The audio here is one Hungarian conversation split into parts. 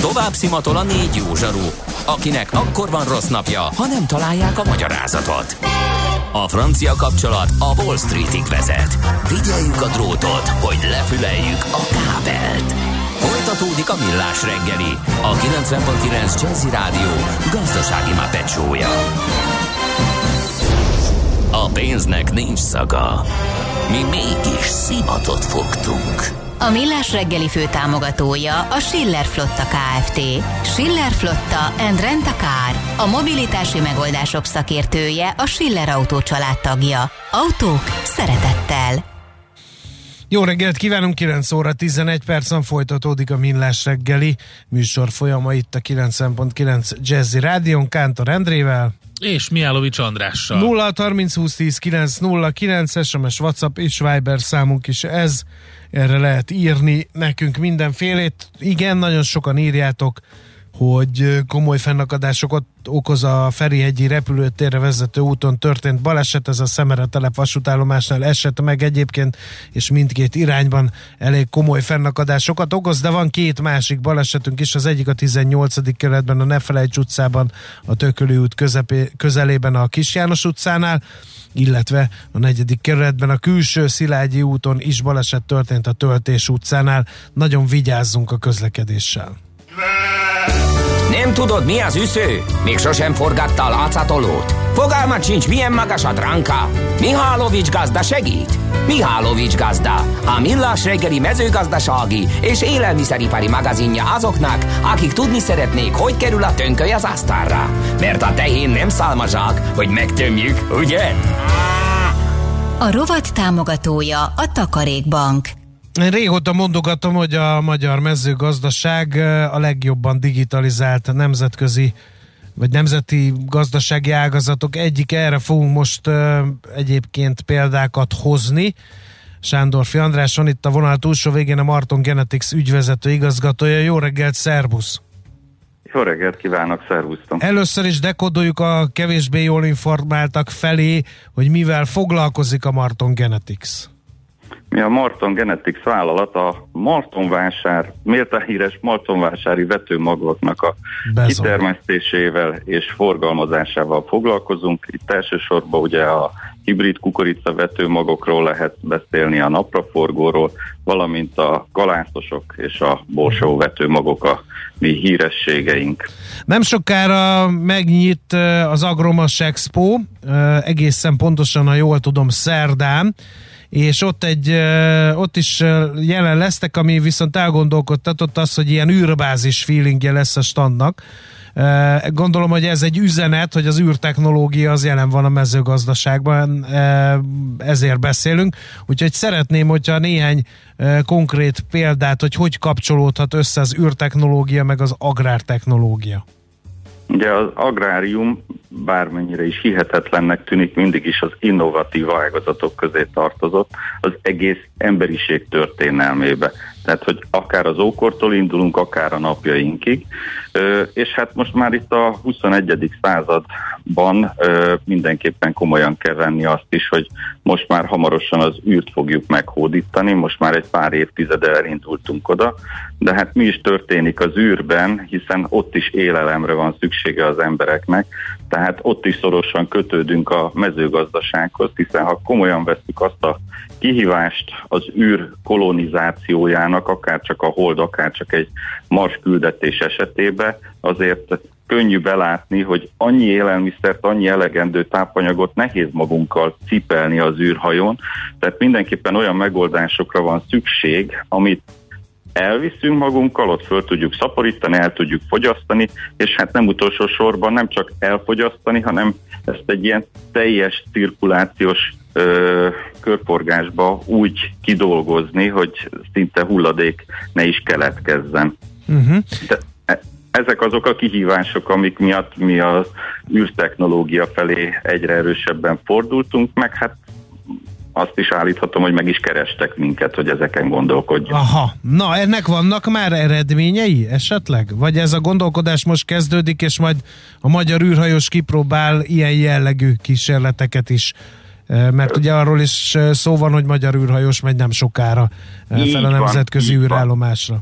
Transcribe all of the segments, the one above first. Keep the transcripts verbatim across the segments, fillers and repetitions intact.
Tovább szimatol a négy jó zsaru, akinek akkor van rossz napja, ha nem találják a magyarázatot. A francia kapcsolat a Wall Streetig vezet. Figyeljük a drótot, hogy lefüleljük a kábelt. Folytatódik a Millás reggeli, a kilencven pont kilenc Jazzy Rádió gazdasági mápecsója. A pénznek nincs szaga. Mi mégis szimatot fogtunk. A Millás reggeli főtámogatója a Schiller Flotta Kft. Schiller Flotta and Rent a Car. A mobilitási megoldások szakértője, a Schiller Autó család tagja. Autók szeretettel. Jó reggelt kívánunk, kilenc óra tizenegy percen folytatódik a Millás reggeli műsor folyama itt a kilencven pont kilenc Jazzy Rádión, Kántor Endrével és Mihálovics Andrással. nulla harminc húsz tíz kilenc nulla kilenc es em es, WhatsApp és Viber számunk is ez. Erre lehet írni nekünk mindenfélét. Igen, nagyon sokan írjátok, hogy komoly fennakadásokat okoz a Ferihegyi repülőtérre vezető úton történt baleset, ez a Szemere telep vasútállomásnál esett meg egyébként, és mindkét irányban elég komoly fennakadásokat okoz, de van két másik balesetünk is, az egyik a tizennyolcadik kerületben, a Ne Felejts utcában, a Tököli út közepé, közelében a Kis János utcánál, illetve a negyedik kerületben a Külső Szilágyi úton is baleset történt a Töltés utcánál. Nagyon vigyázzunk a közlekedéssel. Nem tudod, mi az üsző? Még sosem forgatta a látszatolót? Fogalmat sincs, milyen magas a dránka? Mihálovics gazda segít? Mihálovics gazda, a Millás reggeli mezőgazdasági és élelmiszeripari magazinja azoknak, akik tudni szeretnék, hogy kerül a tönköly az asztalra. Mert a tehén nem szálmazsák, hogy megtömjük, ugye? A rovat támogatója a Takarékbank. Én régóta mondogatom, hogy a magyar mezőgazdaság a legjobban digitalizált nemzetközi vagy nemzeti gazdasági ágazatok egyik. Erre fogunk most uh, egyébként példákat hozni. Sándorfi András van itt a vonal túlsó végén, a Marton Genetics ügyvezető igazgatója. Jó reggelt, szervusz! Jó reggelt kívánok, szervusztom! Először is dekódoljuk a kevésbé jól informáltak felé, hogy mivel foglalkozik a Marton Genetics. Mi a Marton Genetics vállalat a martonvásár, méltán híres martonvásári vetőmagoknak a Bezon. kitermesztésével és forgalmazásával foglalkozunk. Itt elsősorban ugye a hibrid kukorica vetőmagokról lehet beszélni, a napraforgóról, valamint a galászosok és a borsó vetőmagok a mi hírességeink. Nem sokára megnyit az Agromas Expo, egészen pontosan, ha jól tudom, szerdán, és ott, egy, ott is jelen lesztek, ami viszont elgondolkodtatott az, hogy ilyen űrbázis feelingje lesz a standnak. Gondolom, hogy ez egy üzenet, hogy az űrtechnológia az jelen van a mezőgazdaságban, ezért beszélünk. Úgyhogy szeretném, hogyha néhány konkrét példát, hogy hogy kapcsolódhat össze az űrtechnológia meg az agrártechnológia. Ugye az agrárium bármennyire is hihetetlennek tűnik, mindig is az innovatív ágazatok közé tartozott az egész emberiség történelmébe. Tehát, hogy akár az ókortól indulunk, akár a napjainkig. És hát most már itt a huszonegyedik században mindenképpen komolyan kell venni azt is, hogy most már hamarosan az űrt fogjuk meghódítani, most már egy pár évtizede elindultunk oda, de hát mi is történik az űrben, hiszen ott is élelemre van szüksége az embereknek, tehát ott is szorosan kötődünk a mezőgazdasághoz, hiszen ha komolyan vesszük azt a kihívást az űr kolonizációjának, akár csak a Hold, akár csak egy Mars küldetés esetében, azért könnyű belátni, hogy annyi élelmiszert, annyi elegendő tápanyagot nehéz magunkkal cipelni az űrhajón, tehát mindenképpen olyan megoldásokra van szükség, amit elviszünk magunkkal, ott föl tudjuk szaporítani, el tudjuk fogyasztani, és hát nem utolsó sorban nem csak elfogyasztani, hanem ezt egy ilyen teljes cirkulációs ö, körforgásba úgy kidolgozni, hogy szinte hulladék ne is keletkezzen. Uh-huh. De ezek azok a kihívások, amik miatt mi az űrtechnológia felé egyre erősebben fordultunk, meg hát azt is állíthatom, hogy meg is kerestek minket, hogy ezeken gondolkodjunk. Aha, na ennek vannak már eredményei esetleg? Vagy ez a gondolkodás most kezdődik, és majd a magyar űrhajós kipróbál ilyen jellegű kísérleteket is? Mert ugye arról is szó van, hogy magyar űrhajós megy nem sokára fel a nemzetközi űrállomásra.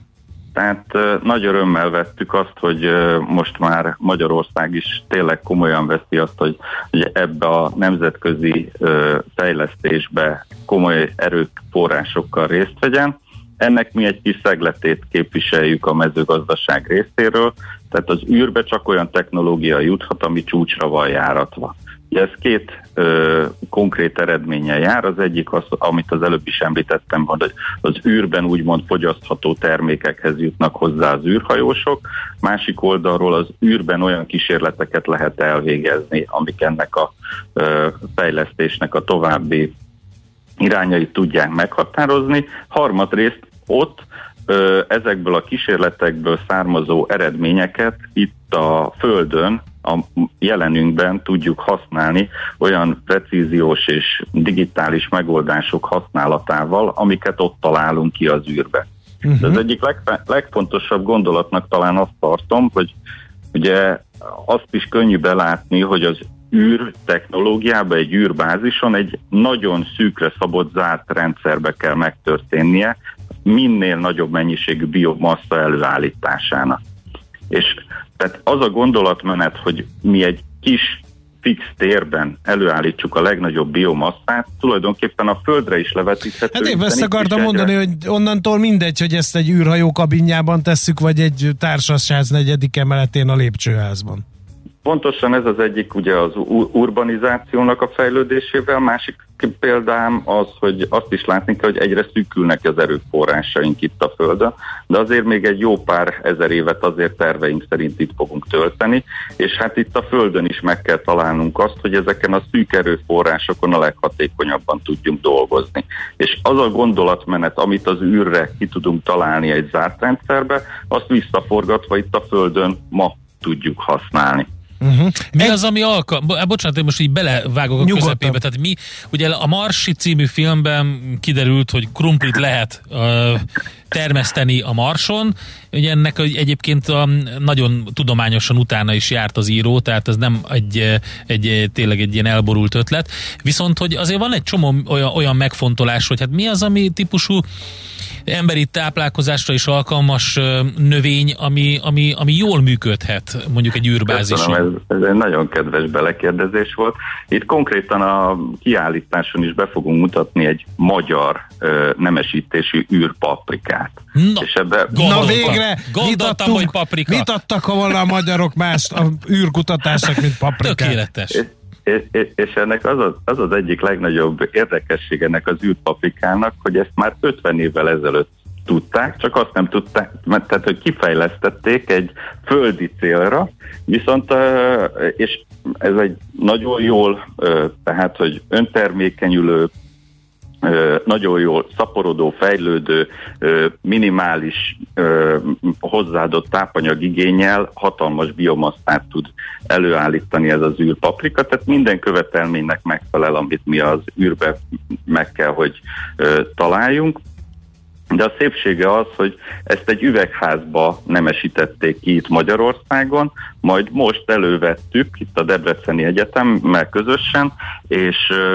Tehát nagy örömmel vettük azt, hogy most már Magyarország is tényleg komolyan veszi azt, hogy ebbe a nemzetközi fejlesztésbe komoly erőforrásokkal részt vegyen. Ennek mi egy kis szegletét képviseljük a mezőgazdaság részéről, tehát az űrbe csak olyan technológia juthat, ami csúcsra van járatva. Ez két ö, konkrét eredménnyel jár. Az egyik az, amit az előbb is említettem, hogy az űrben úgymond fogyasztható termékekhez jutnak hozzá az űrhajósok. Másik oldalról az űrben olyan kísérleteket lehet elvégezni, amik ennek a ö, fejlesztésnek a további irányait tudják meghatározni. Harmadrészt ott ö, ezekből a kísérletekből származó eredményeket itt a Földön, a jelenünkben tudjuk használni olyan precíziós és digitális megoldások használatával, amiket ott találunk ki az űrbe. Uh-huh. De az egyik leg, legfontosabb gondolatnak talán azt tartom, hogy ugye azt is könnyű belátni, hogy az űr technológiában, egy űrbázison egy nagyon szűkre szabott zárt rendszerbe kell megtörténnie, minél nagyobb mennyiségű biomassa előállításának. És tehát az a gondolatmenet, hogy mi egy kis fix térben előállítsuk a legnagyobb biomasszát, tulajdonképpen a Földre is levetíthető. Hát én ezt akartam mondani, egyre... hogy onnantól mindegy, hogy ezt egy űrhajó kabinjában tesszük, vagy egy társasház negyedik emeletén a lépcsőházban. Pontosan ez az egyik ugye az urbanizációnak a fejlődésével, másik példám az, hogy azt is látni kell, hogy egyre szűkülnek az erőforrásaink itt a Földön, de azért még egy jó pár ezer évet azért terveink szerint itt fogunk tölteni, és hát itt a Földön is meg kell találnunk azt, hogy ezeken a szűk erőforrásokon a leghatékonyabban tudjunk dolgozni. És az a gondolatmenet, amit az űrre ki tudunk találni egy zárt rendszerbe, azt visszaforgatva itt a Földön ma tudjuk használni. Uh-huh. Mi az, ami alka... Bocsánat, én most így belevágok a Nyugodtan. közepébe. Tehát mi, ugye a Marsi című filmben kiderült, hogy krumplit lehet uh, termeszteni a Marson. Ugye ennek egyébként a, nagyon tudományosan utána is járt az író, tehát ez nem egy, egy tényleg egy ilyen elborult ötlet. Viszont, hogy azért van egy csomó olyan, olyan megfontolás, hogy hát mi az, ami típusú emberi táplálkozásra is alkalmas növény, ami, ami, ami jól működhet, mondjuk egy űrbázison. Köszönöm, ez, ez egy nagyon kedves belekérdezés volt. Itt konkrétan a kiállításon is be fogunk mutatni egy magyar ö, nemesítésű űrpaprikát. Na, és ebbe na végre gondoltam, hogy paprika. Mit adtak volna a magyarok mást a űrkutatásnak, mint paprikát? Tökéletes. És, és, és ennek az az, az az egyik legnagyobb érdekesség ennek az űrpaprikának, hogy ezt már ötven évvel ezelőtt tudták, csak azt nem tudták, mert tehát, hogy kifejlesztették egy földi célra, viszont, és ez egy nagyon jól, tehát, hogy öntermékenyülő, nagyon jól szaporodó, fejlődő, minimális hozzáadott tápanyag igénnyel hatalmas biomasszát tud előállítani ez az űrpaprika, tehát minden követelménynek megfelel, amit mi az űrbe meg kell, hogy találjunk. De a szépsége az, hogy ezt egy üvegházba nemesítették ki itt Magyarországon, majd most elővettük itt a Debreceni Egyetemmel közösen, és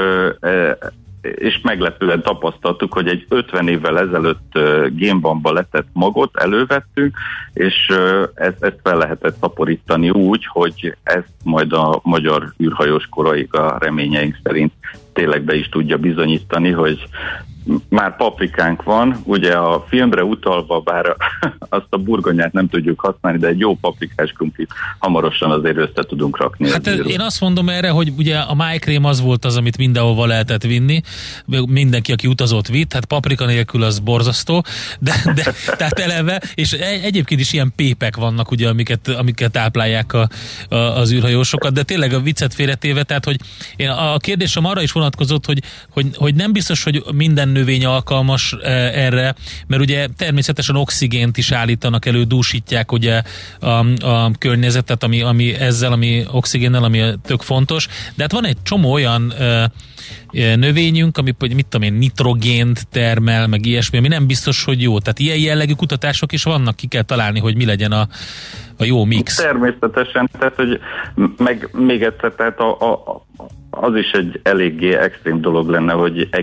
és meglepően tapasztaltuk, hogy egy ötven évvel ezelőtt génbankba letett magot elővettünk, és ezt, ezt fel lehetett szaporítani úgy, hogy ezt majd a magyar űrhajós koraig a reményeink szerint tényleg be is tudja bizonyítani, hogy már paprikánk van, ugye a filmre utalva, bár azt a burgonyát nem tudjuk használni, de egy jó paprikás krumplit hamarosan azért össze tudunk rakni. Hát ez, én azt mondom erre, hogy ugye a májkrém az volt az, amit mindenhova lehetett vinni, mindenki, aki utazott vitt, hát paprika nélkül az borzasztó, de, de tehát eleve, és egyébként is ilyen pépek vannak, ugye, amiket, amiket táplálják a, a, az űrhajósokat, de tényleg a viccet félretéve, tehát, hogy én a kérdésem arra is vonatkozott, hogy, hogy, hogy nem biztos, hogy minden növény alkalmas erre, mert ugye természetesen oxigént is állítanak elő, dúsítják ugye a, a környezetet, ami, ami ezzel, ami oxigénnel, ami tök fontos, de hát van egy csomó olyan ö, növényünk, ami, mit tudom én, nitrogént termel, meg ilyesmi, ami nem biztos, hogy jó. Tehát ilyen jellegű kutatások is vannak, ki kell találni, hogy mi legyen a, a jó mix. Természetesen, tehát, hogy meg még egyszer, tehát a, a, az is egy eléggé extrém dolog lenne, hogy egész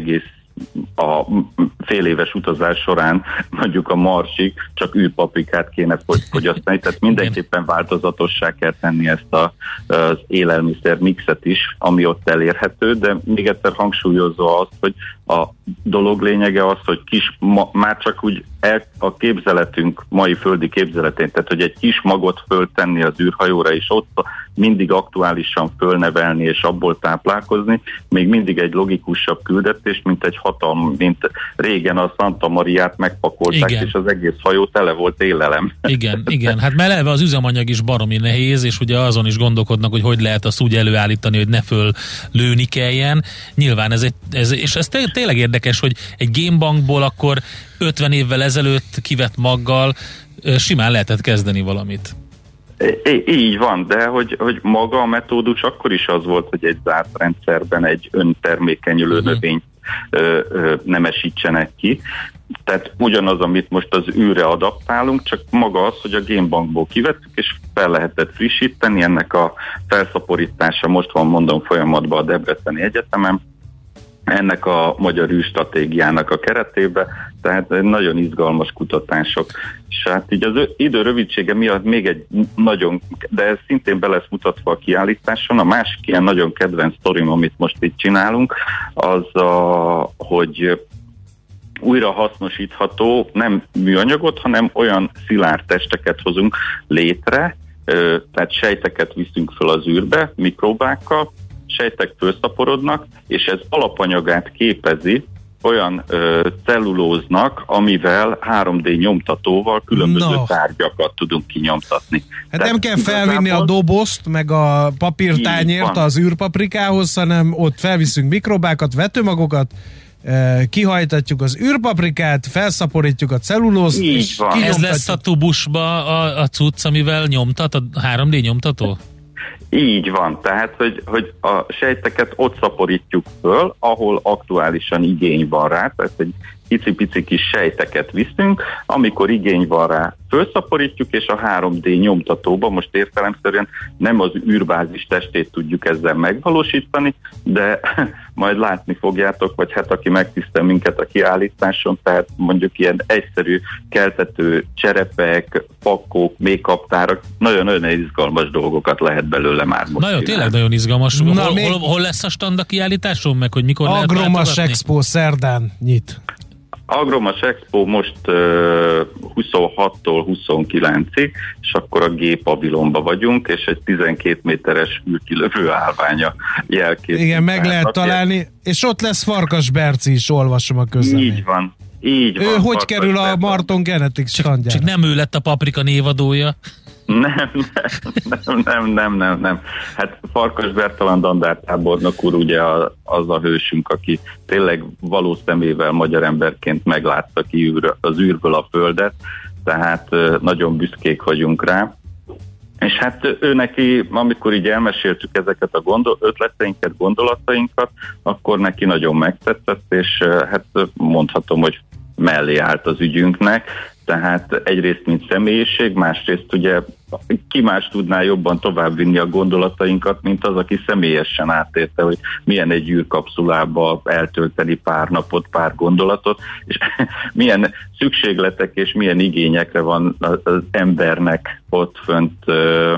a fél éves utazás során mondjuk a Marsig csak űrpaprikát kéne fogyasztani, tehát mindenképpen változatossá kell tenni ezt a, az élelmiszer mixet is, ami ott elérhető, de még egyszer hangsúlyozva azt, hogy a dolog lényege az, hogy kis, ma, már csak úgy el, a képzeletünk, mai földi képzeletén, tehát hogy egy kis magot föltenni az űrhajóra, és ott mindig aktuálisan fölnevelni, és abból táplálkozni, még mindig egy logikusabb küldetés, mint egy hatalom, mint régen a Santa Mariát megpakolták, igen. És az egész hajó tele volt élelem. Igen, igen, hát mert eleve az üzemanyag is baromi nehéz, és ugye azon is gondolkodnak, hogy hogy lehet azt úgy előállítani, hogy ne föl lőni kelljen. Nyilván ez egy, ez, és ez tényleg érdekes, hogy egy gémbankból akkor ötven évvel ezelőtt kivett maggal simán lehetett kezdeni valamit. I- így van, de hogy, hogy maga a metódus akkor is az volt, hogy egy zárt rendszerben egy öntermékenyülő uh-huh. növényt ö, ö, nemesítsenek ki. Tehát ugyanaz, amit most az űrre adaptálunk, csak maga az, hogy a génbankból kivettük, és fel lehetett frissíteni. Ennek a felszaporítása most van, mondom, folyamatban a Debreceni Egyetemen, ennek a magyar űrstratégiának a keretében, tehát nagyon izgalmas kutatások. És hát így az idő rövidsége miatt még egy nagyon, de ez szintén be lesz mutatva a kiállításon. A másik ilyen nagyon kedvenc sztorim, amit most itt csinálunk, az, a, hogy újra hasznosítható, nem műanyagot, hanem olyan szilárd testeket hozunk létre, tehát sejteket viszünk föl az űrbe, mikróbákkal, sejtek felszaporodnak, és ez alapanyagát képezi olyan ö, cellulóznak, amivel három dé nyomtatóval különböző no. tárgyakat tudunk kinyomtatni. Hát tehát nem kell felvinni a dobozt, meg a papírtányért az űrpaprikához, hanem ott felviszünk mikrobákat, vetőmagokat, kihajtatjuk az űrpaprikát, felszapορítjuk a cellulózt, és kinyomtatjuk. Ez lesz a tubusba a, a cucc, amivel nyomtat, a három dé nyomtató? Így van, tehát, hogy, hogy a sejteket ott szaporítjuk föl, ahol aktuálisan igény van rá, tehát egy pici-pici kis sejteket viszünk, amikor igény van rá, felszaporítjuk, és a három dé nyomtatóba, most értelemszerűen nem az űrbázis testét tudjuk ezzel megvalósítani, de majd látni fogjátok, vagy hát aki megtisztel minket a kiállításon, tehát mondjuk ilyen egyszerű keltető cserepek, pakkók, make-up-tárak, nagyon-nagyon izgalmas dolgokat lehet belőle már most. Na jó, tényleg nagyon izgalmas. Na, hol, hol, hol lesz a stand a kiállításon, meg hogy mikor lehet látogatni? Agromas Expo szerdán nyit. Agromas Expo most uh, huszonhattól huszonkilencig, és akkor a G-pavilonba vagyunk, és egy tizenkét méteres űrkilövő állványa jelkép. Igen, meg lehet találni, és ott lesz Farkas Berci is, olvasom a közleményt. Így van, így ő van. Ő hogy Farkas kerül a Marton Genetics standjára? Csak nem ő lett a paprika névadója? Nem, nem, nem, nem, nem, nem. Hát Farkas Bertalan dandártábornok úr ugye az a hősünk, aki tényleg valós szemével magyar emberként meglátta ki űr, az űrből a földet, tehát nagyon büszkék vagyunk rá. És hát ő neki, amikor így elmeséltük ezeket a gondol- ötleteinket, gondolatainkat, akkor neki nagyon megtetszett, és hát mondhatom, hogy mellé állt az ügyünknek, tehát egyrészt mint személyiség, másrészt ugye ki más tudná jobban továbbvinni a gondolatainkat, mint az, aki személyesen átérte, hogy milyen egy űrkapszulába eltölteni pár napot, pár gondolatot, és milyen szükségletek és milyen igényekre van az embernek ott fönt uh,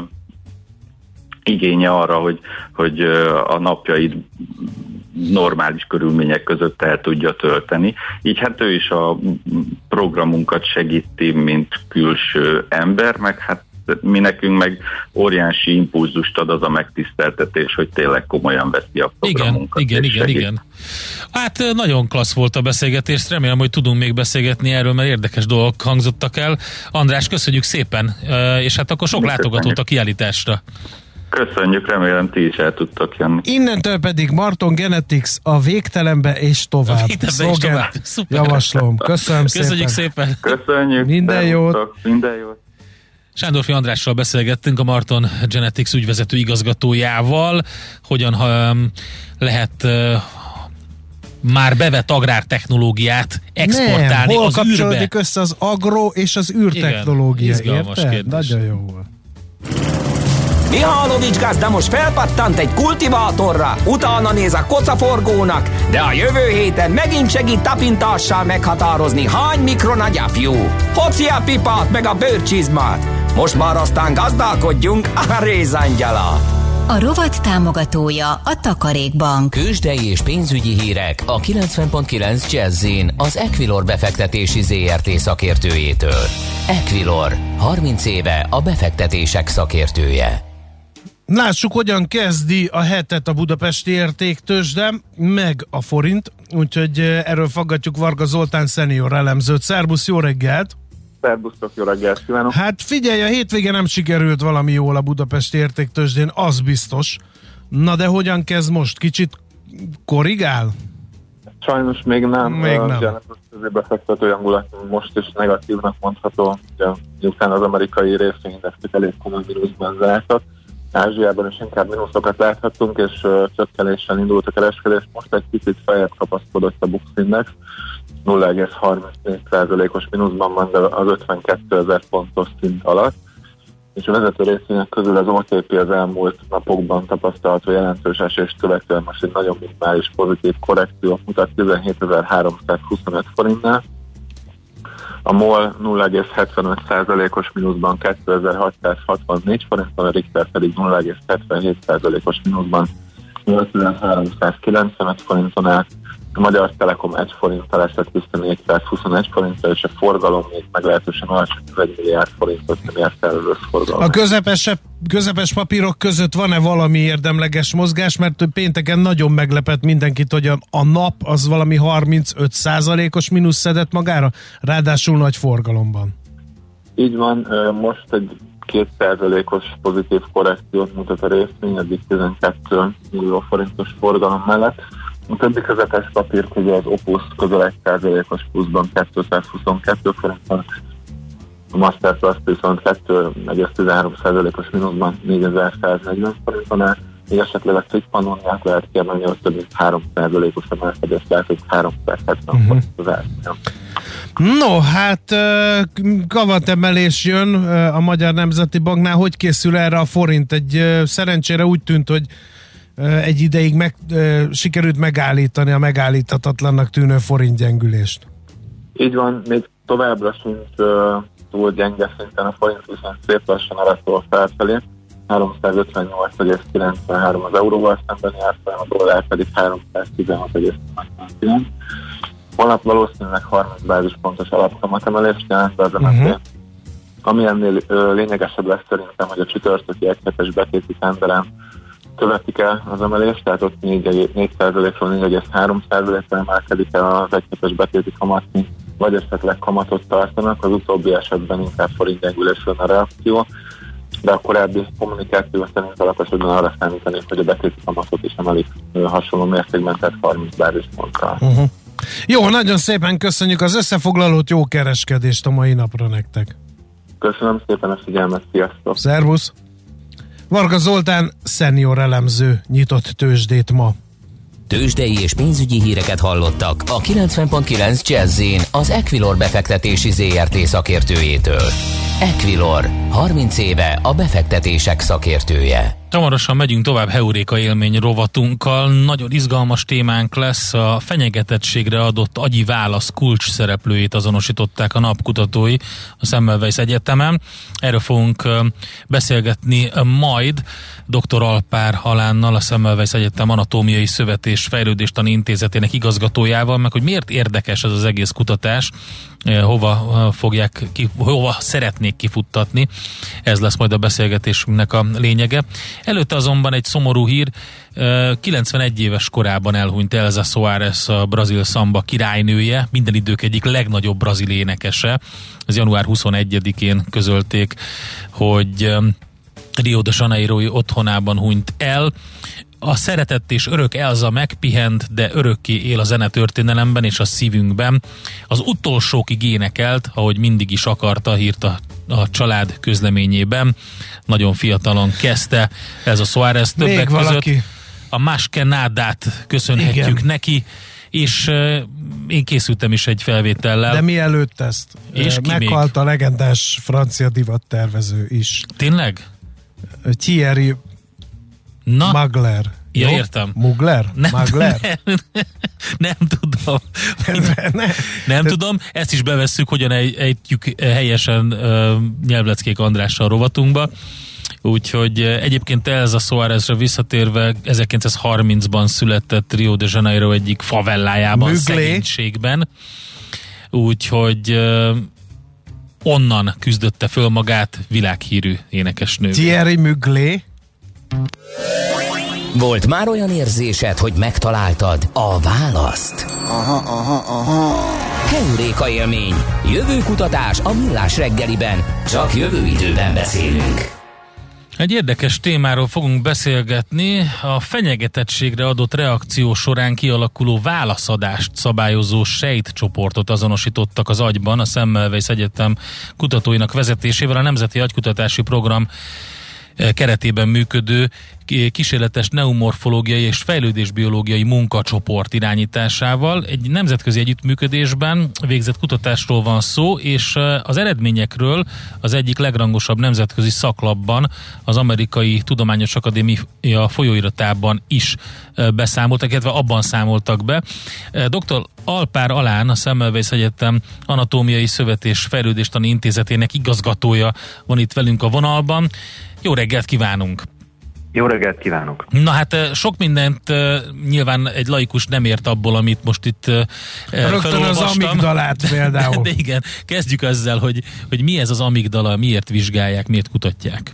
igénye arra, hogy, hogy uh, a napjaid normális körülmények között el tudja tölteni. Így hát ő is a programunkat segíti, mint külső ember, meg hát mi nekünk meg óriási impulzust ad az a megtiszteltetés, hogy tényleg komolyan veszi a programunkat. Igen, igen, igen, igen. Hát nagyon klassz volt a beszélgetés, remélem, hogy tudunk még beszélgetni erről, mert érdekes dolgok hangzottak el. András, köszönjük szépen, és hát akkor sok mi látogatót köszönjük a kiállításra. Köszönjük, remélem ti is el tudtok jönni. Innentől pedig Marton Genetics a végtelenbe és tovább. A végtelenbe és tovább. Szuper. Javaslom. Köszönöm Köszönjük szépen. szépen. Köszönjük. Minden jót. Minden jót. Sándorfi Andrással beszélgettünk, a Marton Genetics ügyvezető igazgatójával, hogyan um, lehet uh, már bevett agrártechnológiát exportálni. Nem, hol az kapcsolódik űrbe. össze az agro és az űrtechnológia? Igen, izgalmas érted? kérdés. Nagyon jó volt. Mihálovics gazda most felpattant egy kultivátorra, utána néz a kocaforgónak, de a jövő héten megint segít tapintással meghatározni, hány mikron a gyapjú. Hoci a pipát meg a bőrcsizmát. Most már aztán gazdálkodjunk a rézangyalát. A rovat támogatója a Takarékbank. Kősdei és pénzügyi hírek a kilencven pont kilenc Jazz-in az Equilor befektetési zé er té szakértőjétől. Equilor, harminc éve a befektetések szakértője. Lássuk, hogyan kezdi a hetet a budapesti értéktőzsde, meg a forint, úgyhogy erről faggatjuk Varga Zoltán szenior elemzőt. Szerbusz, jó reggelt! Szerbusztok, jó reggelt kívánok! Hát figyelj, a hétvége nem sikerült valami jól a budapesti értéktőzsdén, az biztos. Na de hogyan kezd most? Kicsit korrigál? Sajnos még nem. Még nem. Ugye a befektetői hangulat most is negatívnak mondható. Ugye, miután az amerikai részvényindexek elég komoly mínuszban zártak. Ázsiában is inkább mínuszokat láthattunk, és uh, csökkenéssel indult a kereskedés. Most egy kicsit feljebb kapaszkodott a Bux Index. nulla egész harmincnégy százalékos mínuszban van, de az ötvenkétezer pontos szint alatt. És a vezető részvények közül az o té pé az elmúlt napokban tapasztalható jelentős esést követően most egy nagyon minimális pozitív korrekciót mutat tizenhétezer-háromszázhuszonöt forintnál. A MOL nulla egész hetvenöt százalékos mínuszban kétezer-hatszázhatvannégy forinton, a Richter pedig nulla egész hetvenhét százalékos mínuszban nyolcezer-háromszázkilencvenöt forinton áll. A Magyar Telekom egy forinttal esett vissza négyszázhuszonegy forintra, és a forgalom még meglehetősen alacsony, egy milliárd forintot nem ért el az összforgalom. A közepes, közepes papírok között van-e valami érdemleges mozgás, mert pénteken nagyon meglepett mindenkit, hogy a, a nap az valami harmincöt százalékos mínusz szedett magára, ráadásul nagy forgalomban. Így van, most egy két százalékos pozitív korrekciót mutat a részvény, eddig tizenkét millió forintos forgalom mellett. A többi közepes papír közül az Opus közel egy százalékos pluszban kétszázhuszonkettő forinton, a Masterplast viszont kettő egész tizenhárom százalékos mínuszban négyezer-száznegyven forinton áll, még esetleg a Trip Pannoniát lehet kiemelni, hogy több mint három százalékos emelkedést látott háromszázhetven uh-huh. forint az árfolyam. No, hát kamatemelés jön a Magyar Nemzeti Banknál. Hogy készül erre a forint? Egy szerencsére úgy tűnt, hogy egy ideig meg, sikerült megállítani a megállíthatatlannak tűnő forintgyengülést. Így van, még továbbra sincs uh, túl gyenge szinten a forint, viszont szép lassan aratól felfelé. háromszázötvennyolc egész kilencvenhárom az euróval szembeni árfolyam, a dollár pedig háromszáztizenhat egész kilencvenkilenc. Holnap valószínűleg harminc bázispontos alapkamatemelést jelent be az em en té. Uh-huh. Ami ennél uh, lényegesebb lesz szerintem, hogy a csütörtöki egyhetes betéti tenderen követik el az emelést, tehát ott négy százalékról négy egész három százalékra emelkedik el az egyhetes betéti kamatszint, vagy esetleg kamatot tartanak, az utóbbi esetben inkább forintgyengülésről a reakció, de a korábbi kommunikáció szerint alaposan arra számítani, hogy a betéti kamatot is emelik hasonló mértékben, tehát harminc bázisponttal. Uh-huh. Jó, nagyon szépen köszönjük az összefoglalót, jó kereskedést a mai napra nektek. Köszönöm szépen a figyelmet, sziasztok! Szervusz! Varga Zoltán szenior elemző nyitott tőzsdét ma. Tőzsdei és pénzügyi híreket hallottak a kilencven pont kilenc Jazz-in az Equilor befektetési zé er té szakértőjétől. Equilor, harminc éve a befektetések szakértője. Hamarosan megyünk tovább Heuréka élmény rovatunkkal. Nagyon izgalmas témánk lesz. A fenyegetettségre adott agyi válasz kulcs szereplőjét azonosították a napkutatói a Semmelweis Egyetemen. Erről fogunk beszélgetni majd doktor Alpár Halánnal, a Semmelweis Egyetem Anatómiai Szövet és Fejlődéstani Intézetének igazgatójával, meg hogy miért érdekes ez az egész kutatás, hova fogják, ki, hova szeretnék kifuttatni. Ez lesz majd a beszélgetésünknek a lényege. Előtte azonban egy szomorú hír, kilencvenegy éves korában elhunyt Elza Soares, a brazil szamba királynője, minden idők egyik legnagyobb brazil énekese. Ez január huszonegyedikén közölték, hogy Rio de Janeiro-i otthonában hunyt el. A szeretett és örök Elza megpihent, de örökké él a zenetörténelemben és a szívünkben. Az utolsókig énekelt, ahogy mindig is akarta, hírt a, a család közleményében. Nagyon fiatalon kezdte ez a Soares, többek között a Más que Nádát köszönhetjük Igen. neki, és uh, én készültem is egy felvétellel. De mielőtt ezt, és meghalt a legendás francia divattervező is. Tényleg? Thierry Na? Magler. Ja, Jó? értem. Mugler? Nem, Magler? Nem, nem tudom. ne. Nem tudom. Ezt is bevesszük, hogyan ej- ejtjük helyesen uh, Nyelvleckék Andrással rovatunkba. Úgyhogy egyébként Elza Soaresre visszatérve ezerkilencszázharmincban született Rio de Janeiro egyik favellájában, Müglé. szegénységben. Úgyhogy uh, onnan küzdötte föl magát világhírű énekesnő. Thierry Mugler. Volt már olyan érzésed, hogy megtaláltad a választ? Aha, aha, aha. Heuréka élmény. Jövőkutatás a Millás reggeliben. Csak jövő időben beszélünk. Egy érdekes témáról fogunk beszélgetni. A fenyegetettségre adott reakció során kialakuló válaszadást szabályozó sejtcsoportot azonosítottak az agyban a Semmelweis Egyetem kutatóinak vezetésével a Nemzeti Agykutatási Program keretében működő kísérletes neumorfológiai és fejlődésbiológiai munkacsoport irányításával. Egy nemzetközi együttműködésben végzett kutatásról van szó, és az eredményekről az egyik legrangosabb nemzetközi szaklapban, az Amerikai Tudományos Akadémia folyóiratában is beszámoltak, illetve abban számoltak be. doktor Alpár Alán, a Semmelweis Egyetem Anatómiai Szövetés Fejlődéstani Intézetének igazgatója van itt velünk a vonalban. Jó reggelt kívánunk! Jó reggelt kívánok! Na hát sok mindent nyilván egy laikus nem ért abból, amit most itt Rögtön felolvastam. az amigdalát például. De igen, kezdjük ezzel, hogy, hogy mi ez az amigdala, miért vizsgálják, miért kutatják?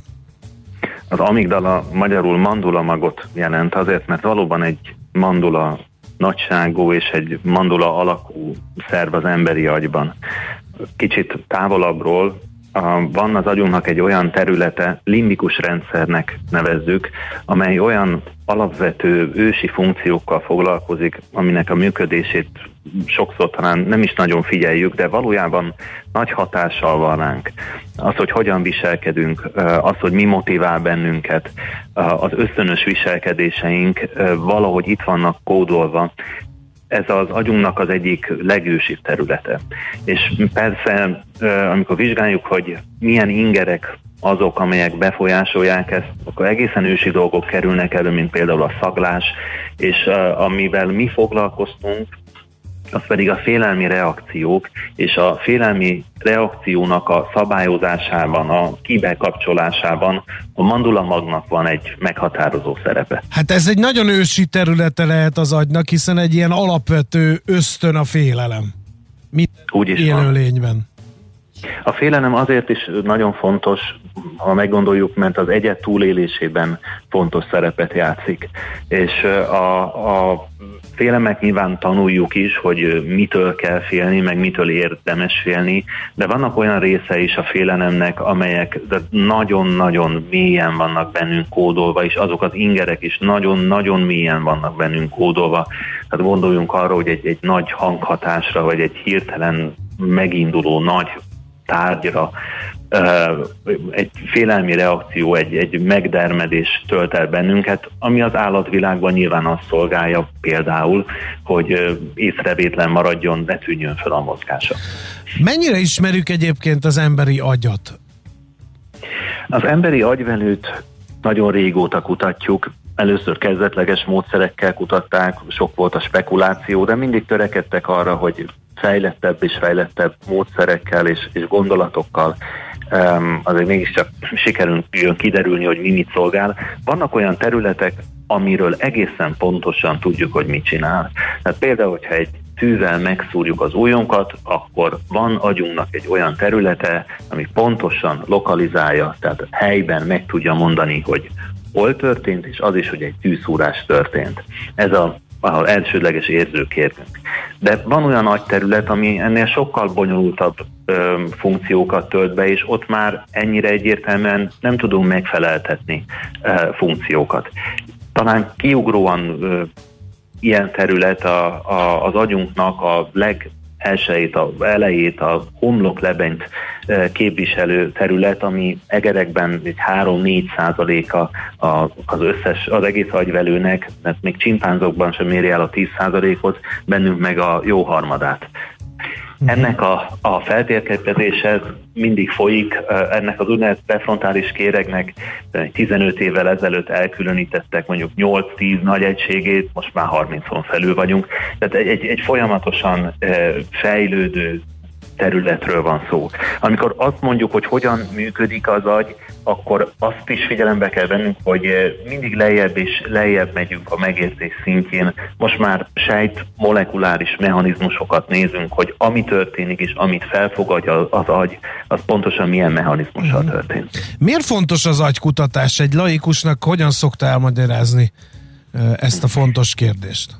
Az amigdala magyarul mandulamagot jelent azért, mert valóban egy mandula nagyságú és egy mandula alakú szerv az emberi agyban. Kicsit távolabbról van az agyunknak egy olyan területe, limbikus rendszernek nevezzük, amely olyan alapvető ősi funkciókkal foglalkozik, aminek a működését sokszor talán nem is nagyon figyeljük, de valójában nagy hatással van ránk. Az, hogy hogyan viselkedünk, az, hogy mi motivál bennünket, az ösztönös viselkedéseink valahogy itt vannak kódolva. Ez az agyunknak az egyik legősibb területe. És persze, amikor vizsgáljuk, hogy milyen ingerek azok, amelyek befolyásolják ezt, akkor egészen ősi dolgok kerülnek elő, mint például a szaglás, és amivel mi foglalkoztunk, az pedig a félelmi reakciók, és a félelmi reakciónak a szabályozásában, a kibekapcsolásában a mandulamagnak van egy meghatározó szerepe. Hát ez egy nagyon ősi területe lehet az agynak, hiszen egy ilyen alapvető ösztön a félelem. Mit élőlényben? A félelem azért is nagyon fontos, ha meggondoljuk, mert az egyed túlélésében fontos szerepet játszik. És a, a félelmet nyilván tanuljuk is, hogy mitől kell félni, meg mitől érdemes félni, de vannak olyan része is a félelemnek, amelyek nagyon-nagyon mélyen vannak bennünk kódolva, és azok az ingerek is nagyon-nagyon mélyen vannak bennünk kódolva. Tehát gondoljunk arra, hogy egy, egy nagy hanghatásra, vagy egy hirtelen meginduló nagy tárgyra egy félelmi reakció, egy, egy megdermedés tölt el bennünket, ami az állatvilágban nyilván azt szolgálja például, hogy észrevétlen maradjon, ne tűnjön fel a mozgása. Mennyire ismerjük egyébként az emberi agyat? Az emberi agyvelőt nagyon régóta kutatjuk. Először kezdetleges módszerekkel kutatták, sok volt a spekuláció, de mindig törekedtek arra, hogy fejlettebb és fejlettebb módszerekkel és, és gondolatokkal um, azért mégiscsak sikerül kiderülni, hogy mi mit szolgál. Vannak olyan területek, amiről egészen pontosan tudjuk, hogy mit csinál. Tehát például, hogyha egy tűzzel megszúrjuk az ujjunkat, akkor van agyunknak egy olyan területe, ami pontosan lokalizálja, tehát helyben meg tudja mondani, hogy hol történt, és az is, hogy egy tűzszúrás történt. Ez a az elsődleges érzőkérünk. De van olyan nagy terület, ami ennél sokkal bonyolultabb ö, funkciókat tölt be, és ott már ennyire egyértelműen nem tudunk megfeleltetni ö, funkciókat. Talán kiugróan ö, ilyen terület a, a, az agyunknak a leg elsőjét, a elejét, a homloklebenyt képviselő terület, ami egerekben egy három-négy százaléka az összes, az egész agyvelőnek, mert még csimpánzokban sem éri el a tíz százalékot, bennünk meg a jó harmadát. Ennek a, a feltérképezése mindig folyik, ennek az úgynevezett prefrontális kéregnek tizenöt évvel ezelőtt elkülönítettek mondjuk nyolc-tíz nagy egységét, most már harmincon felül vagyunk, tehát egy, egy, egy folyamatosan fejlődő területről van szó. Amikor azt mondjuk, hogy hogyan működik az agy, akkor azt is figyelembe kell vennünk, hogy mindig lejjebb és lejjebb megyünk a megérzés szintjén. Most már sejt molekuláris mechanizmusokat nézünk, hogy ami történik és amit felfogadja az agy, az pontosan milyen mechanizmussal történt. Miért fontos az agykutatás? Egy laikusnak hogyan szokta elmagyarázni ezt a fontos kérdést?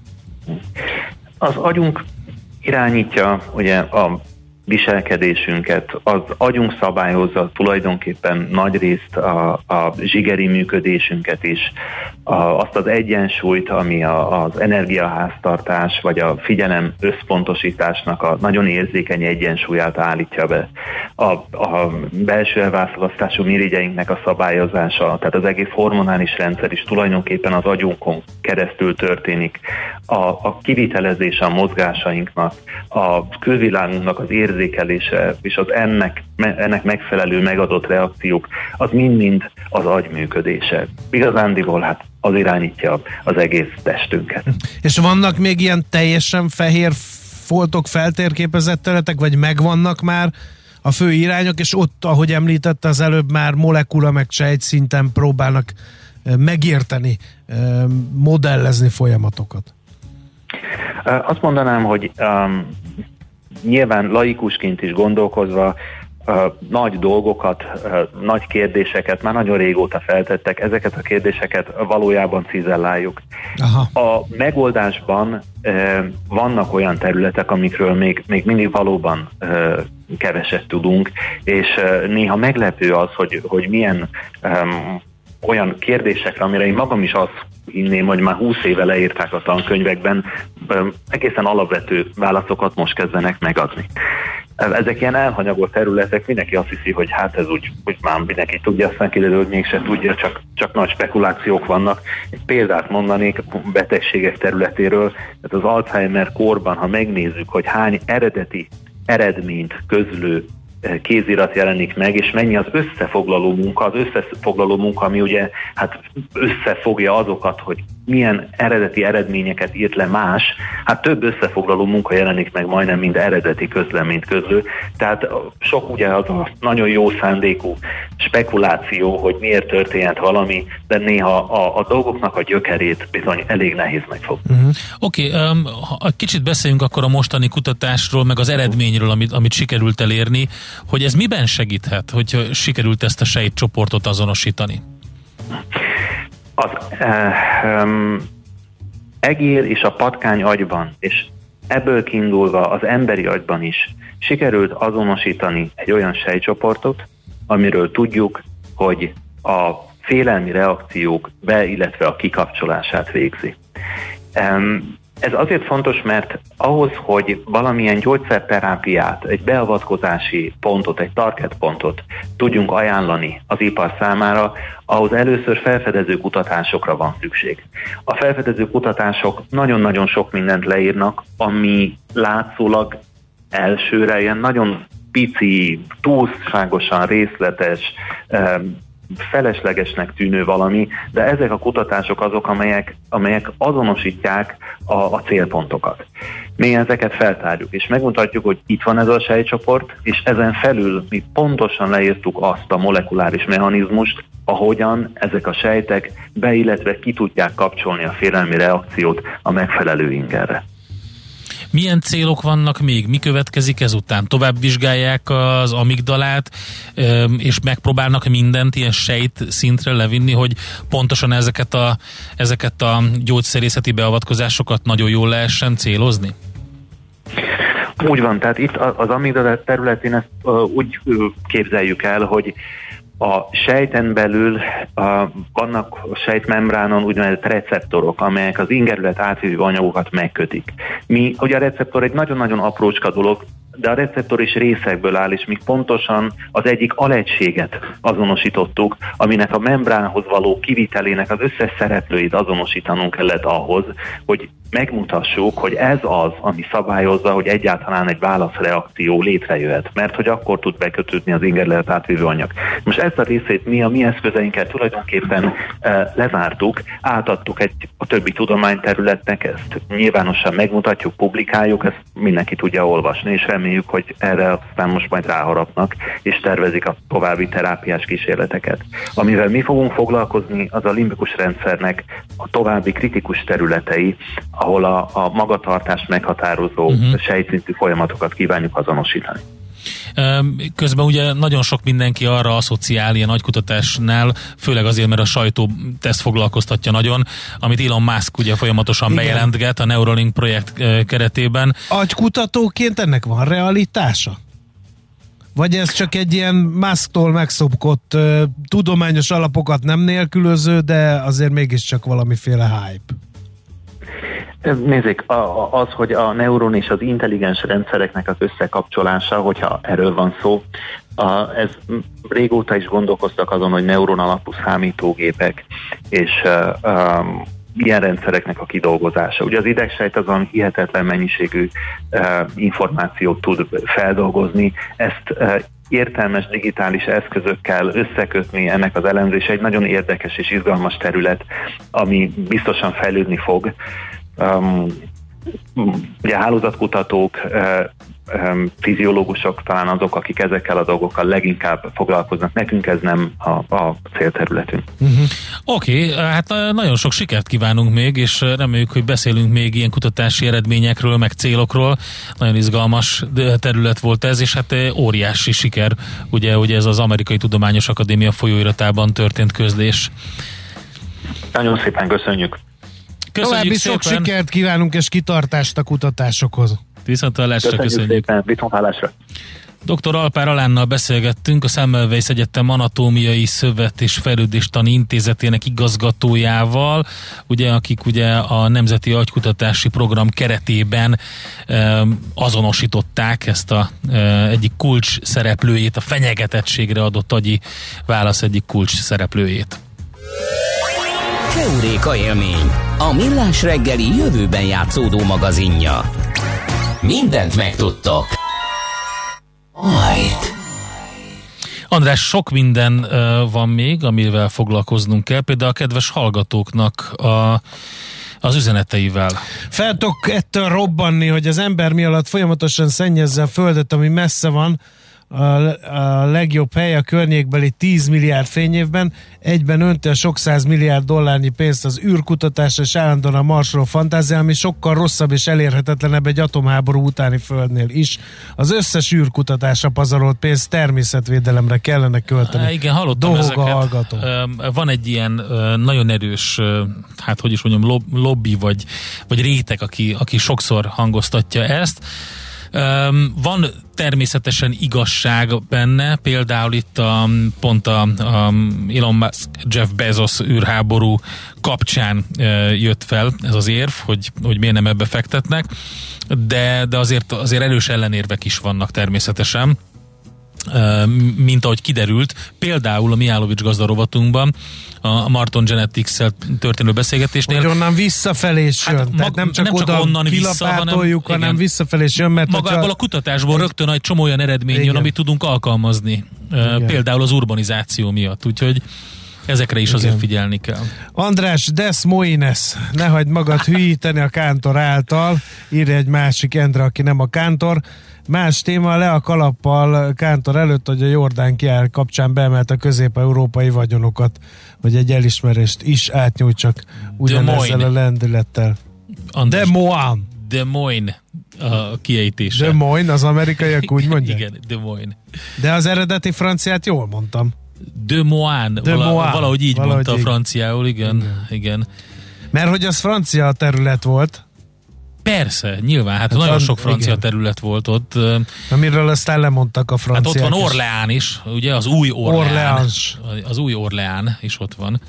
Az agyunk irányítja ugye a viselkedésünket, az agyunk szabályozza tulajdonképpen nagyrészt a, a zsigeri működésünket is, a, azt az egyensúlyt, ami a, az energiaháztartás vagy a figyelem összpontosításnak a nagyon érzékeny egyensúlyát állítja be. A, a belső elválasztású mirigyeinknek a szabályozása, tehát az egész hormonális rendszer is tulajdonképpen az agyunkon keresztül történik. A, a kivitelezése a mozgásainknak, a külvilágunknak az érzékelése és az ennek, ennek megfelelő megadott reakciók, az mind-mind az agy működése. Igazándiból hát az irányítja az egész testünket. És vannak még ilyen teljesen fehér foltok feltérképezett területek, vagy megvannak már a fő irányok, és ott, ahogy említette az előbb, már molekula meg sejtszinten próbálnak megérteni, modellezni folyamatokat? Azt mondanám, hogy um, nyilván laikusként is gondolkozva uh, nagy dolgokat, uh, nagy kérdéseket már nagyon régóta feltettek, ezeket a kérdéseket valójában cizelláljuk. Aha. A megoldásban uh, vannak olyan területek, amikről még, még mindig valóban uh, keveset tudunk, és uh, néha meglepő az, hogy, hogy milyen um, olyan kérdésekre, amire én magam is azt hinném, hogy már húsz éve leírták a tankönyvekben, egészen alapvető válaszokat most kezdenek megadni. Ezek ilyen elhanyagolt területek, mindenki azt hiszi, hogy hát ez úgy, úgy már mindenki tudja, aztán kiderül, hogy mégse tudja, csak, csak nagy spekulációk vannak. Egy példát mondanék betegségek területéről, tehát az Alzheimer korban, ha megnézzük, hogy hány eredeti eredményt közlő kézirat jelenik meg, és mennyi az összefoglaló munka, az összefoglaló munka, ami ugye hát összefogja azokat, hogy milyen eredeti eredményeket írt le más, hát több összefoglaló munka jelenik meg majdnem, mint eredeti közleményt közlő. Tehát sok ugye az a nagyon jó szándékú spekuláció, hogy miért történt valami, de néha a, a dolgoknak a gyökerét bizony elég nehéz megfogni. Uh-huh. Oké, okay, um, kicsit beszéljünk akkor a mostani kutatásról, meg az eredményről, amit, amit sikerült elérni, hogy ez miben segíthet, hogy sikerült ezt a sejtcsoportot azonosítani? Az eh, um, egér és a patkány agyban, és ebből kiindulva az emberi agyban is sikerült azonosítani egy olyan sejtcsoportot, amiről tudjuk, hogy a félelmi reakciók be, illetve a kikapcsolását végzi. Um, Ez azért fontos, mert ahhoz, hogy valamilyen gyógyszerterápiát, egy beavatkozási pontot, egy target pontot tudjunk ajánlani az ipar számára, ahhoz először felfedező kutatásokra van szükség. A felfedező kutatások nagyon-nagyon sok mindent leírnak, ami látszólag elsőre ilyen nagyon pici, túlságosan részletes, feleslegesnek tűnő valami, de ezek a kutatások azok, amelyek, amelyek azonosítják a, a célpontokat. Mi ezeket feltárjuk, és megmutatjuk, hogy itt van ez a sejtcsoport, és ezen felül mi pontosan leírtuk azt a molekuláris mechanizmust, ahogyan ezek a sejtek be, illetve ki tudják kapcsolni a félelmi reakciót a megfelelő ingerre. Milyen célok vannak még? Mi következik ezután? Tovább vizsgálják az amigdalát, és megpróbálnak mindent ilyen sejt szintre levinni, hogy pontosan ezeket a, ezeket a gyógyszerészeti beavatkozásokat nagyon jól lehessen célozni? Úgy van, tehát itt az amigdala területén ezt úgy képzeljük el, hogy a sejten belül uh, vannak a sejtmembránon úgynevezett receptorok, amelyek az ingerület átvívő anyagokat megkötik. Mi, ugye a receptor egy nagyon-nagyon aprócska dolog, de a receptor is részekből áll, és mi pontosan az egyik alegységet azonosítottuk, aminek a membránhoz való kivitelének az összes szereplőit azonosítanunk kellett ahhoz, hogy megmutassuk, hogy ez az, ami szabályozza, hogy egyáltalán egy válaszreakció létrejöhet, mert hogy akkor tud bekötődni az ingerület átvívő anyag. Most ezt a részét mi a mi eszközeinkkel tulajdonképpen e, lezártuk, átadtuk egy, a többi tudományterületnek, ezt nyilvánosan megmutatjuk, publikáljuk, ezt mindenki tudja olvasni, és reméljük, hogy erre aztán most majd ráharapnak, és tervezik a további terápiás kísérleteket. Amivel mi fogunk foglalkozni, az a limbikus rendszernek a további kritikus területei, ahol a, a magatartást meghatározó uh-huh. sejtszintű folyamatokat kívánjuk azonosítani. Közben ugye nagyon sok mindenki arra asszociál ilyen agykutatásnál, főleg azért, mert a sajtó ezt foglalkoztatja nagyon, amit Elon Musk ugye folyamatosan igen. bejelentget a Neuralink projekt keretében. Agykutatóként ennek van realitása? Vagy ez csak egy ilyen Musktól megszokott uh, tudományos alapokat nem nélkülöző, de azért mégiscsak valamiféle hype? Nézzék, az, hogy a neuron és az intelligens rendszereknek az összekapcsolása, hogyha erről van szó, ez régóta is gondolkoztak azon, hogy neuron alapú számítógépek és um, ilyen rendszereknek a kidolgozása. Ugye az idegsejt azon hihetetlen mennyiségű uh, információt tud feldolgozni, ezt uh, értelmes digitális eszközökkel összekötni, ennek az elemzése egy nagyon érdekes és izgalmas terület, ami biztosan fejlődni fog. Um, ugye hálózatkutatók, uh, um, fiziológusok talán azok, akik ezekkel a dolgokkal leginkább foglalkoznak. Nekünk ez nem a, a célterületünk. Uh-huh. Oké, okay, hát nagyon sok sikert kívánunk még, és reméljük, hogy beszélünk még ilyen kutatási eredményekről, meg célokról. Nagyon izgalmas terület volt ez, és hát óriási siker, ugye, ugye ez az Amerikai Tudományos Akadémia folyóiratában történt közlés. Nagyon szépen köszönjük! További sok sikert kívánunk, és kitartást a kutatásokhoz. Viszonthallásra köszönjük. Szépen, viszonthallásra. doktor Alpár Alánnal beszélgettünk, a Semmelweis Egyetem Anatómiai Szövet és Fejlődéstani Intézetének igazgatójával, ugye, akik ugye a Nemzeti Agykutatási Program keretében e, azonosították ezt a e, egyik kulcs szereplőjét, a fenyegetettségre adott agyi válasz egyik kulcs szereplőjét. Heuréka élmény, a millás reggeli jövőben játszódó magazinja. Mindent megtudtok. Majd. András, sok minden uh, van még, amivel foglalkoznunk kell, például a kedves hallgatóknak a, az üzeneteivel. Fel tudok ettől robbanni, hogy az ember mi alatt folyamatosan szennyezze a földet, ami messze van, A, a legjobb hely a környékbeli tíz milliárd fényévben, egyben önti a sok száz milliárd dollárnyi pénzt az űrkutatásra, és állandóan a Marsról fantáziál, ami sokkal rosszabb és elérhetetlenebb egy atomháború utáni földnél is. Az összes űrkutatásra pazarolt pénzt természetvédelemre kellene költeni. Há, igen, hallottam Dohoga ezeket. Hallgató. Van egy ilyen nagyon erős, hát hogy is mondjam, lobby vagy, vagy réteg, aki, aki sokszor hangoztatja ezt. Um, van természetesen igazság benne, például itt a, pont a, a Elon Musk, Jeff Bezos űrháború kapcsán uh, jött fel ez az érv, hogy, hogy miért nem ebbe fektetnek, de, de azért, azért erős ellenérvek is vannak természetesen, uh, mint ahogy kiderült, például a Mihálovics gazda rovatunkban, a Marton Genetics-szel történő beszélgetésnél. Hogy onnan visszafelé jön. Hát mag, Tehát nem csak, nem csak oda onnan vissza, hanem, hanem visszafelé jön, mert magából a, a kutatásból egy, rögtön egy csomó olyan eredmény igen. jön, amit tudunk alkalmazni. Igen. Például az urbanizáció miatt. Úgyhogy ezekre is igen. azért figyelni kell. András, Des Moines, ne hagyd magad hülyíteni a kántor által, írja egy másik Endre, aki nem a kántor. Más téma, le a kalappal kántor előtt, hogy a Jordán kiár kapcsán beemelt a közép-európai vagyonokat, hogy egy elismerést is átnyújtsak ugyanezzel a lendülettel. András, Des Moines. Des Moines a kiejtése. Des Moines, az amerikaiak úgy mondják? Igen, Des Moines. De az eredeti franciát jól mondtam. Des Moines, Des Vala, Moines. valahogy így valahogy mondta így. franciául, igen, igen. igen. Mert hogy az francia terület volt. Persze, nyilván, hát, hát nagyon an, sok francia igen. terület volt ott. Amiről aztán lemondtak a franciák. Hát ott van Orleán is, ugye, az új Orleán. Orleans. Az új Orleán is ott van.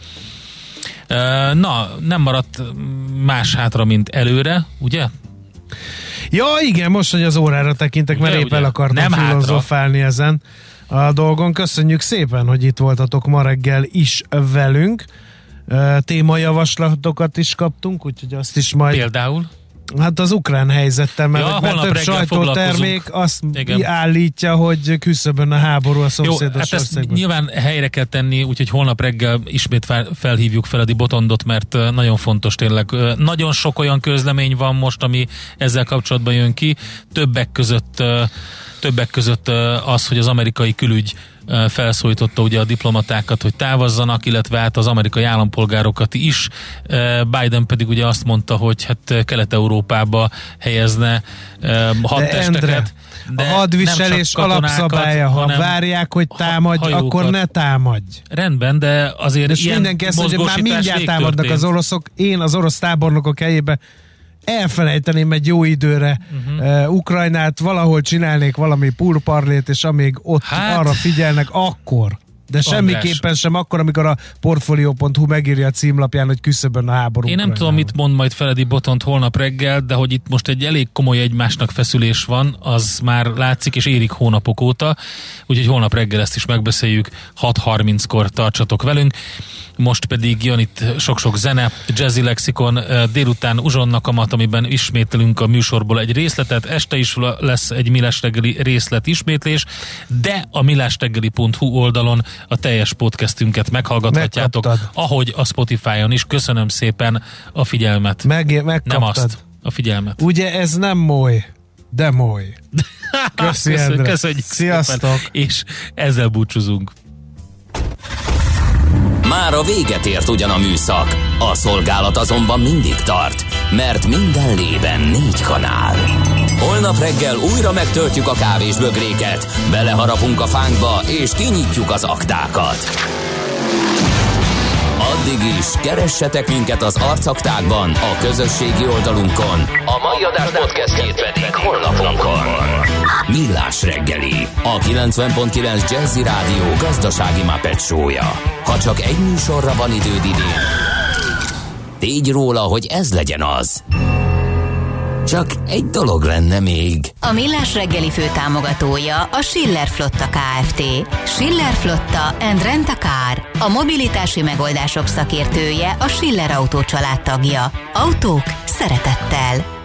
Na, nem maradt más hátra, mint előre, ugye? Ja, igen, most, hogy az órára tekintek, mert ugye, épp ugye? el akartam nem filozofálni hátra. Ezen a dolgon. Köszönjük szépen, hogy itt voltatok ma reggel is velünk. témajavaslatokat is kaptunk, úgyhogy azt is majd... Például? Hát az ukrán helyzettel, mert, ja, mert több sajtótermék azt Igen. állítja, hogy küszöbön a háború a szomszédos Jó, hát ezt nyilván helyre kell tenni, úgyhogy holnap reggel ismét felhívjuk Feledi Botondot, mert nagyon fontos tényleg. Nagyon sok olyan közlemény van most, ami ezzel kapcsolatban jön ki. Többek között, többek között az, hogy az amerikai külügy felszólította ugye a diplomatákat, hogy távozzanak, illetve hát az amerikai állampolgárokat is. Biden pedig ugye azt mondta, hogy hát Kelet-Európába helyezne hadtesteket. De a hadviselés alapszabálya, ha várják, hogy támadj, hajókat. Akkor ne támadj. Rendben, de azért és ilyen mindenki ezt, hogy már mindjárt támadnak az oroszok. Én az orosz tábornokok helyében elfelejteném egy jó időre uh-huh. uh, Ukrajnát, valahol csinálnék valami purparlét, és amíg ott hát, arra figyelnek, akkor. De András. Semmiképpen sem akkor, amikor a portfolio pont hu megírja a címlapján, hogy küszöbön a háború. Én nem tudom, mit mond majd Feledi Botont holnap reggel, de hogy itt most egy elég komoly egymásnak feszülés van, az már látszik, és érik hónapok óta, úgyhogy holnap reggel ezt is megbeszéljük, hat harminckor tartsatok velünk. Most pedig jön itt sok-sok zene, Jazzy Lexikon, délután Uzsonna Kamat, amiben ismételünk a műsorból egy részletet, este is lesz egy Millás reggeli részlet ismétlés, de a millásreggeli pont hu oldalon a teljes podcastünket meghallgathatjátok, megkaptad. Ahogy a Spotify-on is. Köszönöm szépen a figyelmet. Meg, megkaptad. Nem azt, a figyelmet. Ugye ez nem moly, de moly. Köszi, Köszönjük, köszönjük Sziasztok. Szépen. És ezzel búcsúzunk. Már a véget ért ugyan a műszak, a szolgálat azonban mindig tart, mert minden lében négy kanál. Holnap reggel újra megtöltjük a kávésbögréket, beleharapunk a fánkba és kinyitjuk az aktákat. Addig is keressetek minket az arcaktákban, a közösségi oldalunkon. A mai adás podcastjét pedig honlapunkon. Millás reggeli, a kilencven pont kilenc Jazzy Rádió gazdasági Muppet show-ja. Ha csak egy műsorra van időd idén, tégy róla, hogy ez legyen az. Csak egy dolog lenne még. A Millás reggeli főtámogatója a Schiller Flotta Kft. Schiller Flotta and Rent a Car. A mobilitási megoldások szakértője, a Schiller Autó család tagja. Autók szeretettel.